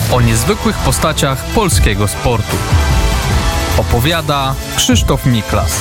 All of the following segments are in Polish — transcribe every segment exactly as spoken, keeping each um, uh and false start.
O niezwykłych postaciach polskiego sportu. Opowiada Krzysztof Miklas.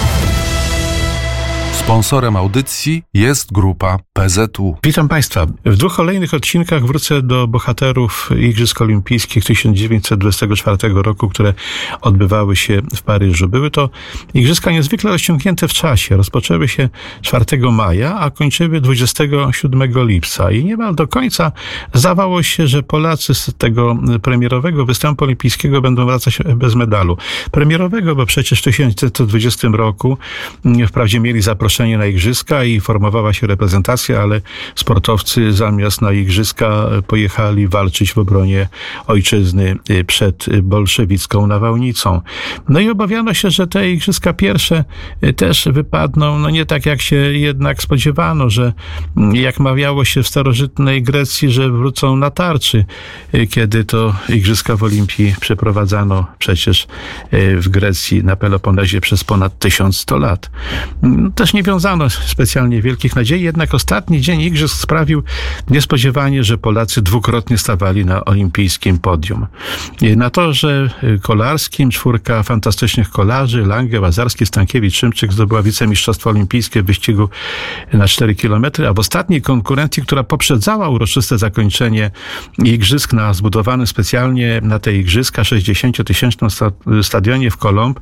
Sponsorem audycji jest grupa P Z U. Witam Państwa. W dwóch kolejnych odcinkach wrócę do bohaterów Igrzysk Olimpijskich tysiąc dziewięćset dwudziestego czwartego roku, które odbywały się w Paryżu. Były to igrzyska niezwykle rozciągnięte w czasie. Rozpoczęły się czwartego maja, a kończyły dwudziestego siódmego lipca. I niemal do końca zdawało się, że Polacy z tego premierowego występu olimpijskiego będą wracać bez medalu. Premierowego, bo przecież w tysiąc dziewięćset dwudziestym roku wprawdzie mieli zaproszenie na igrzyska i formowała się reprezentacja, ale sportowcy zamiast na igrzyska pojechali walczyć w obronie ojczyzny przed bolszewicką nawałnicą. No i obawiano się, że te igrzyska pierwsze też wypadną, no nie tak jak się jednak spodziewano, że jak mawiało się w starożytnej Grecji, że wrócą na tarczy, kiedy to igrzyska w Olimpii przeprowadzano przecież w Grecji na Peloponezie przez ponad tysiąc sto lat. Też nie wiązano specjalnie wielkich nadziei, jednak ostatni dzień igrzysk sprawił niespodziewanie, że Polacy dwukrotnie stawali na olimpijskim podium. Na torze kolarskim czwórka fantastycznych kolarzy, Lange, Łazarski, Stankiewicz, Szymczyk zdobyła wicemistrzostwo olimpijskie w wyścigu na cztery kilometry, a w ostatniej konkurencji, która poprzedzała uroczyste zakończenie igrzysk na zbudowanym specjalnie na te igrzyska sześćdziesięciotysięcznym stadionie w Colombe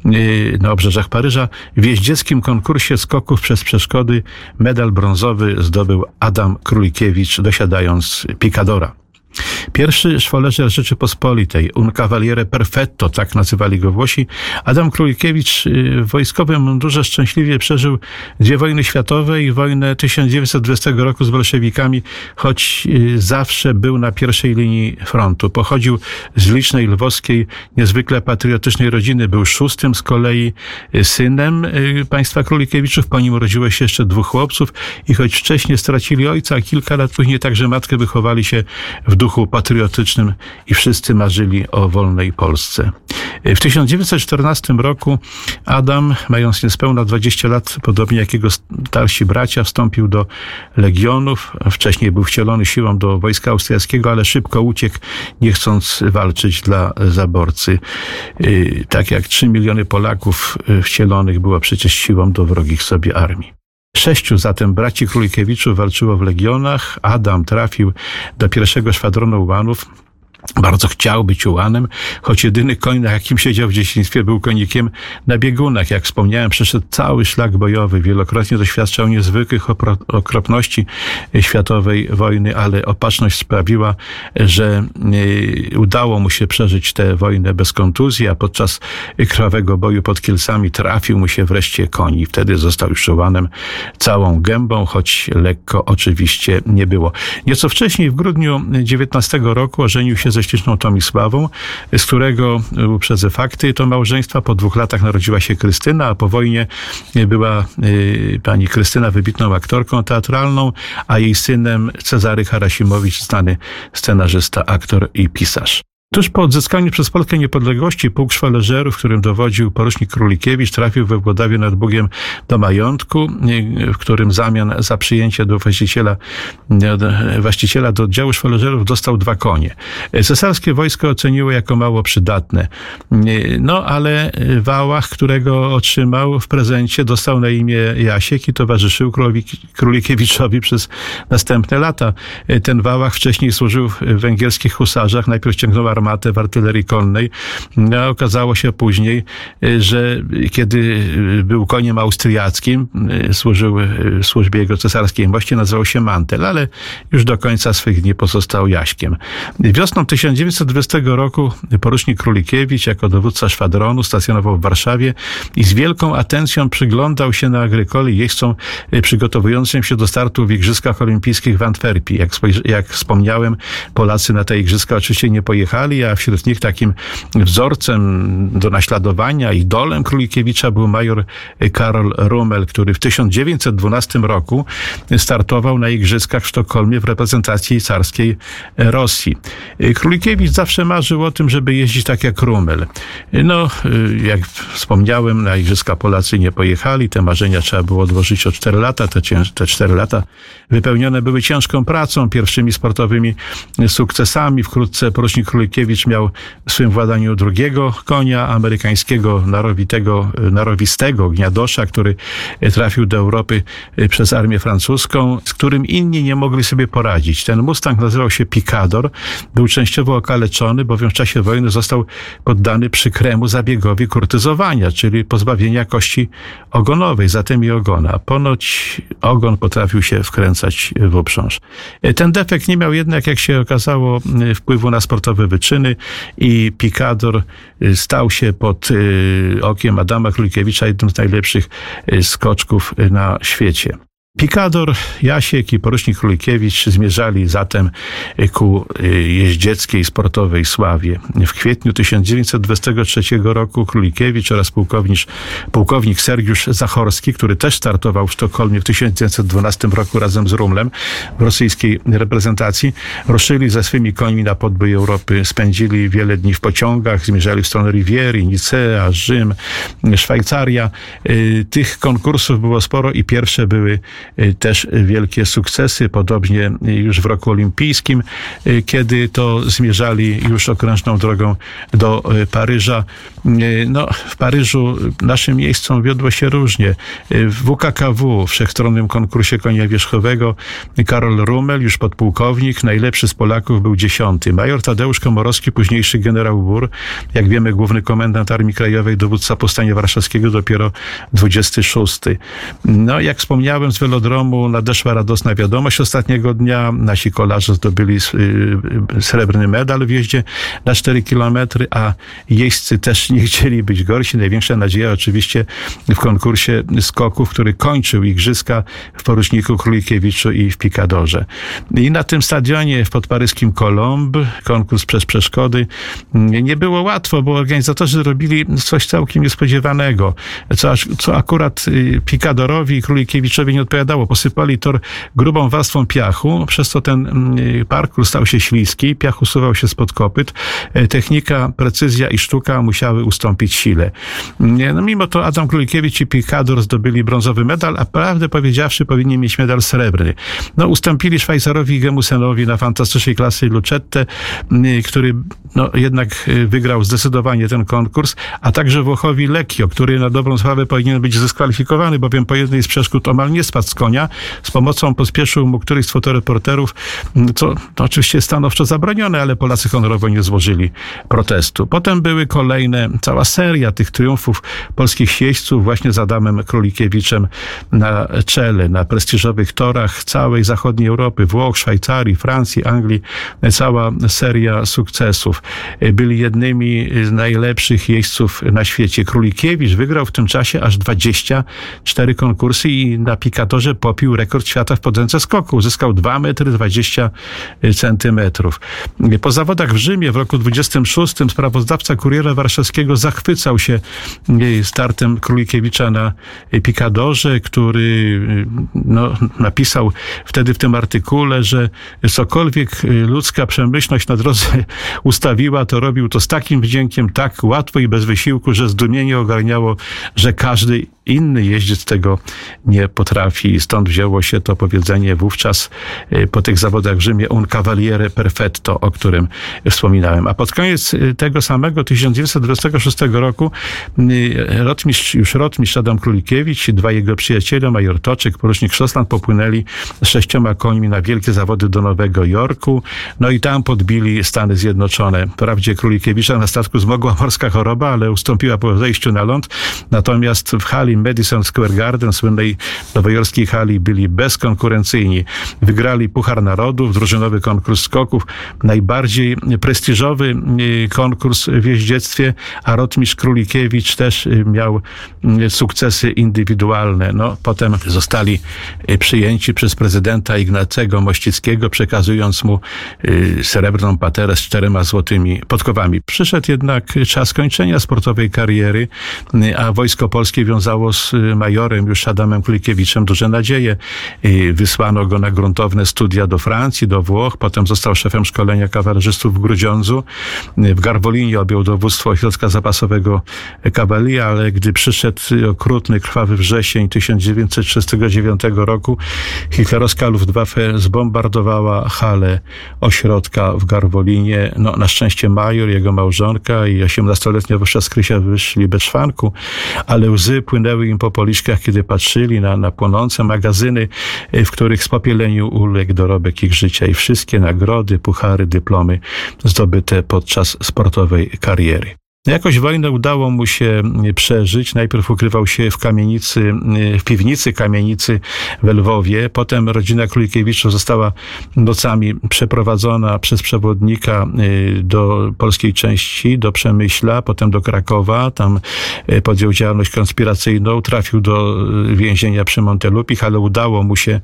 na obrzeżach Paryża, w jeździeckim konkursie skoków przez przeszkody medal brązowy zdobył Adam Królikiewicz, dosiadając Picadora. Pierwszy szwoleżer Rzeczypospolitej, un cavaliere perfetto, tak nazywali go Włosi, Adam Królikiewicz w wojskowym mundurze szczęśliwie przeżył dwie wojny światowe i wojnę tysiąc dziewięćset dwudziestego roku z bolszewikami, choć zawsze był na pierwszej linii frontu. Pochodził z licznej lwowskiej, niezwykle patriotycznej rodziny. Był szóstym z kolei synem państwa Królikiewiczów. Po nim urodziło się jeszcze dwóch chłopców i choć wcześniej stracili ojca, a kilka lat później także matkę, wychowali się w duchu patriotycznym i wszyscy marzyli o wolnej Polsce. W tysiąc dziewięćset czternastym roku Adam, mając niespełna dwadzieścia lat, podobnie jak jego starsi bracia, wstąpił do legionów. Wcześniej był wcielony siłą do wojska austriackiego, ale szybko uciekł, nie chcąc walczyć dla zaborcy. Tak jak trzy miliony Polaków wcielonych było przecież siłą do wrogich sobie armii. Sześciu zatem braci Królikiewiczów walczyło w legionach. Adam trafił do pierwszego szwadronu ułanów. Bardzo chciał być ułanem, choć jedyny koń, na jakim siedział w dzieciństwie, był konikiem na biegunach. Jak wspomniałem, przeszedł cały szlak bojowy. Wielokrotnie doświadczał niezwykłych opro- okropności światowej wojny, ale opatrzność sprawiła, że y, udało mu się przeżyć tę wojnę bez kontuzji, a podczas krwawego boju pod Kielcami trafił mu się wreszcie koń i wtedy został już ułanem całą gębą, choć lekko oczywiście nie było. Nieco wcześniej, w grudniu dziewiętnastego roku, ożenił się ze śliczną Tomisławą, z którego uprzedzę fakty to małżeństwa. Po dwóch latach narodziła się Krystyna, a po wojnie była y, pani Krystyna wybitną aktorką teatralną, a jej synem Cezary Harasimowicz, znany scenarzysta, aktor i pisarz. Tuż po odzyskaniu przez Polskę niepodległości pułk szwoleżerów, którym dowodził porucznik Królikiewicz, trafił we Włodawie nad Bugiem do majątku, w którym zamian za przyjęcie do właściciela, właściciela do oddziału szwoleżerów dostał dwa konie. Cesarskie wojsko oceniło jako mało przydatne. No ale Wałach, którego otrzymał w prezencie, dostał na imię Jasiek i towarzyszył Królikiewiczowi przez następne lata. Ten Wałach wcześniej służył w węgierskich husarzach, najpierw ciągnął armatę w artylerii konnej. No, okazało się później, że kiedy był koniem austriackim, służył w służbie jego cesarskiej mości, nazywał się Mantel, ale już do końca swych dni pozostał Jaśkiem. Wiosną tysiąc dziewięćset dwudziestego roku porucznik Królikiewicz jako dowódca szwadronu stacjonował w Warszawie i z wielką atencją przyglądał się na Agrykoli jeźdźcom przygotowującym się do startu w Igrzyskach Olimpijskich w Antwerpii. Jak, spojrzy- jak wspomniałem, Polacy na te igrzyska oczywiście nie pojechali, pojechali, a wśród nich takim wzorcem do naśladowania, idolem Królikiewicza był major Karol Rummel, który w tysiąc dziewięćset dwunastym roku startował na Igrzyskach w Sztokholmie w reprezentacji carskiej Rosji. Królikiewicz zawsze marzył o tym, żeby jeździć tak jak Rummel. No, jak wspomniałem, na Igrzyska Polacy nie pojechali, te marzenia trzeba było odłożyć o cztery lata, te, te cztery lata wypełnione były ciężką pracą, pierwszymi sportowymi sukcesami. Wkrótce porucznik Królikiewicz miał w swym władaniu drugiego konia, amerykańskiego narowitego, narowistego gniadosza, który trafił do Europy przez armię francuską, z którym inni nie mogli sobie poradzić. Ten Mustang nazywał się Picador, był częściowo okaleczony, bowiem w czasie wojny został poddany przykremu zabiegowi kurtyzowania, czyli pozbawienia kości ogonowej, zatem i ogona. Ponoć ogon potrafił się wkręcać w uprząż. Ten defekt nie miał jednak, jak się okazało, wpływu na sportowe wyczyny i Picador stał się pod okiem Adama Królikiewicza jednym z najlepszych skoczków na świecie. Picador, Jasiek i porucznik Królikiewicz zmierzali zatem ku jeździeckiej sportowej sławie. W kwietniu tysiąc dziewięćset dwudziestego trzeciego roku Królikiewicz oraz pułkownik, pułkownik Sergiusz Zachorski, który też startował w Sztokholmie w tysiąc dziewięćset dwunastym roku razem z Rumlem w rosyjskiej reprezentacji, ruszyli ze swymi końmi na podbój Europy. Spędzili wiele dni w pociągach, zmierzali w stronę Riviery, Nicea, Rzym, Szwajcaria. Tych konkursów było sporo i pierwsze były też wielkie sukcesy, podobnie już w roku olimpijskim, kiedy to zmierzali już okrężną drogą do Paryża. No, w Paryżu naszym miejscom wiodło się różnie. W W K K W, wszechstronnym konkursie konia wierzchowego, Karol Rummel, już podpułkownik, najlepszy z Polaków, był dziesiąty. Major Tadeusz Komorowski, późniejszy generał Bur, jak wiemy, główny komendant Armii Krajowej, dowódca Powstania Warszawskiego, dopiero dwudziesty szósty. No, jak wspomniałem, z velodromu nadeszła radosna wiadomość ostatniego dnia. Nasi kolarze zdobyli srebrny medal w jeździe na cztery kilometry, a jeźdźcy też nie chcieli być gorsi. Największa nadzieja oczywiście w konkursie skoków, który kończył igrzyska w poruczniku Królikiewiczu i w Picadorze. I na tym stadionie w podparyskim Colombe, konkurs przez przeszkody, nie było łatwo, bo organizatorzy robili coś całkiem niespodziewanego, co, co akurat Picadorowi i Królikiewiczowi nie odpowiadało. Posypali tor grubą warstwą piachu, przez co ten parkour stał się śliski, piach usuwał się spod kopyt. Technika, precyzja i sztuka musiały ustąpić sile. No, mimo to Adam Królikiewicz i Picador zdobyli brązowy medal, a prawdę powiedziawszy powinni mieć medal srebrny. No, ustąpili Szwajcarowi Gemusenowi na fantastycznej klasy Lucette, który no, jednak wygrał zdecydowanie ten konkurs, a także Włochowi Lecchio, który na dobrą sprawę powinien być zdyskwalifikowany, bowiem po jednej z przeszkód omal nie spadł z konia. Z pomocą pospieszył mu któryś z fotoreporterów, co to oczywiście stanowczo zabronione, ale Polacy honorowo nie złożyli protestu. Potem były kolejne, cała seria tych triumfów polskich jeźdźców właśnie z Adamem Królikiewiczem na czele, na prestiżowych torach całej zachodniej Europy, Włoch, Szwajcarii, Francji, Anglii, cała seria sukcesów. Byli jednymi z najlepszych jeźdźców na świecie. Królikiewicz wygrał w tym czasie aż dwadzieścia cztery konkursy i na Picadorze popił rekord świata w podęce skoku. Uzyskał dwa metry dwadzieścia centymetrów. Po zawodach w Rzymie w roku dwudziestym szóstym sprawozdawca Kuriera Warszawskiego zachwycał się startem Królikiewicza na Picadorze, który no, napisał wtedy w tym artykule, że cokolwiek ludzka przemyślność na drodze ustawiła, to robił to z takim wdziękiem, tak łatwo i bez wysiłku, że zdumienie ogarniało, że każdy inny jeździec tego nie potrafi. I stąd wzięło się to powiedzenie wówczas po tych zawodach w Rzymie un cavaliere perfetto, o którym wspominałem. A pod koniec tego samego tysiąc dziewięćset dwudziestego szóstego roku rotmistrz, już rotmistrz Adam Królikiewicz i dwa jego przyjaciele, major Toczyk, porucznik Szosland, popłynęli z sześcioma końmi na wielkie zawody do Nowego Jorku. No i tam podbili Stany Zjednoczone. Wprawdzie Królikiewicza na statku zmogła morska choroba, ale ustąpiła po zejściu na ląd. Natomiast w hali Madison Square Garden, słynnej nowojorskiej hali, byli bezkonkurencyjni. Wygrali Puchar Narodów, drużynowy konkurs skoków, najbardziej prestiżowy konkurs w jeździectwie, a rotmistrz Królikiewicz też miał sukcesy indywidualne. No, potem zostali przyjęci przez prezydenta Ignacego Mościckiego, przekazując mu srebrną paterę z czterema złotymi podkowami. Przyszedł jednak czas kończenia sportowej kariery, a Wojsko Polskie wiązało z majorem już Adamem Królikiewiczem duże nadzieje. Wysłano go na gruntowne studia do Francji, do Włoch, potem został szefem szkolenia kawalerzystów w Grudziądzu. W Garwolinie objął dowództwo ośrodka zapasowego kawalerii, ale gdy przyszedł okrutny, krwawy wrzesień tysiąc dziewięćset trzydziestego dziewiątego roku, hitlerowska Luftwaffe zbombardowała halę ośrodka w Garwolinie. No, na szczęście major, jego małżonka i osiemnastoletnia wówczas Krysia wyszli bez szwanku, ale łzy płynęły im po policzkach, kiedy patrzyli na, na płonące magazyny, w których spopieleniu uległ dorobek ich życia i wszystkie nagrody, puchary, dyplomy zdobyte podczas sportowej kariery. Jakoś wojnę udało mu się przeżyć. Najpierw ukrywał się w kamienicy, w piwnicy kamienicy w Lwowie. Potem rodzina Królikiewiczów została nocami przeprowadzona przez przewodnika do polskiej części, do Przemyśla, potem do Krakowa. Tam podjął działalność konspiracyjną. Trafił do więzienia przy Montelupich, ale udało mu się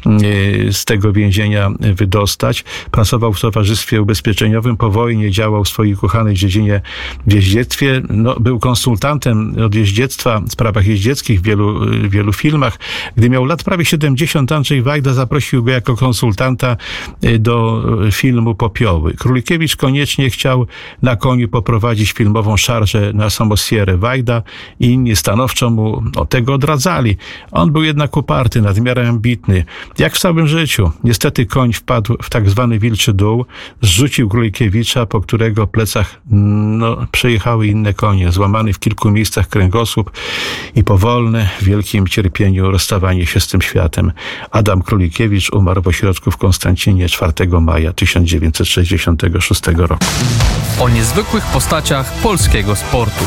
z tego więzienia wydostać. Pracował w Towarzystwie Ubezpieczeniowym. Po wojnie działał w swojej ukochanej dziedzinie w jeździectwie. No, był konsultantem od jeździectwa w sprawach jeździeckich w wielu, wielu filmach. Gdy miał lat prawie siedemdziesiąt, Andrzej Wajda zaprosił go jako konsultanta do filmu Popioły. Królikiewicz koniecznie chciał na koniu poprowadzić filmową szarżę na Samosierę. Wajda i inni stanowczo mu o tego odradzali. On był jednak uparty, nadmiarem ambitny. Jak w całym życiu. Niestety koń wpadł w tak zwany wilczy dół, zrzucił Królikiewicza, po którego plecach no, przejechały inne konie, złamany w kilku miejscach kręgosłup i powolne, w wielkim cierpieniu rozstawanie się z tym światem. Adam Królikiewicz umarł w ośrodku w Konstancinie czwartego maja tysiąc dziewięćset sześćdziesiątego szóstego roku. O niezwykłych postaciach polskiego sportu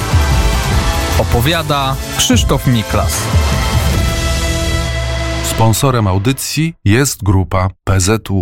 opowiada Krzysztof Miklas. Sponsorem audycji jest grupa P Z U.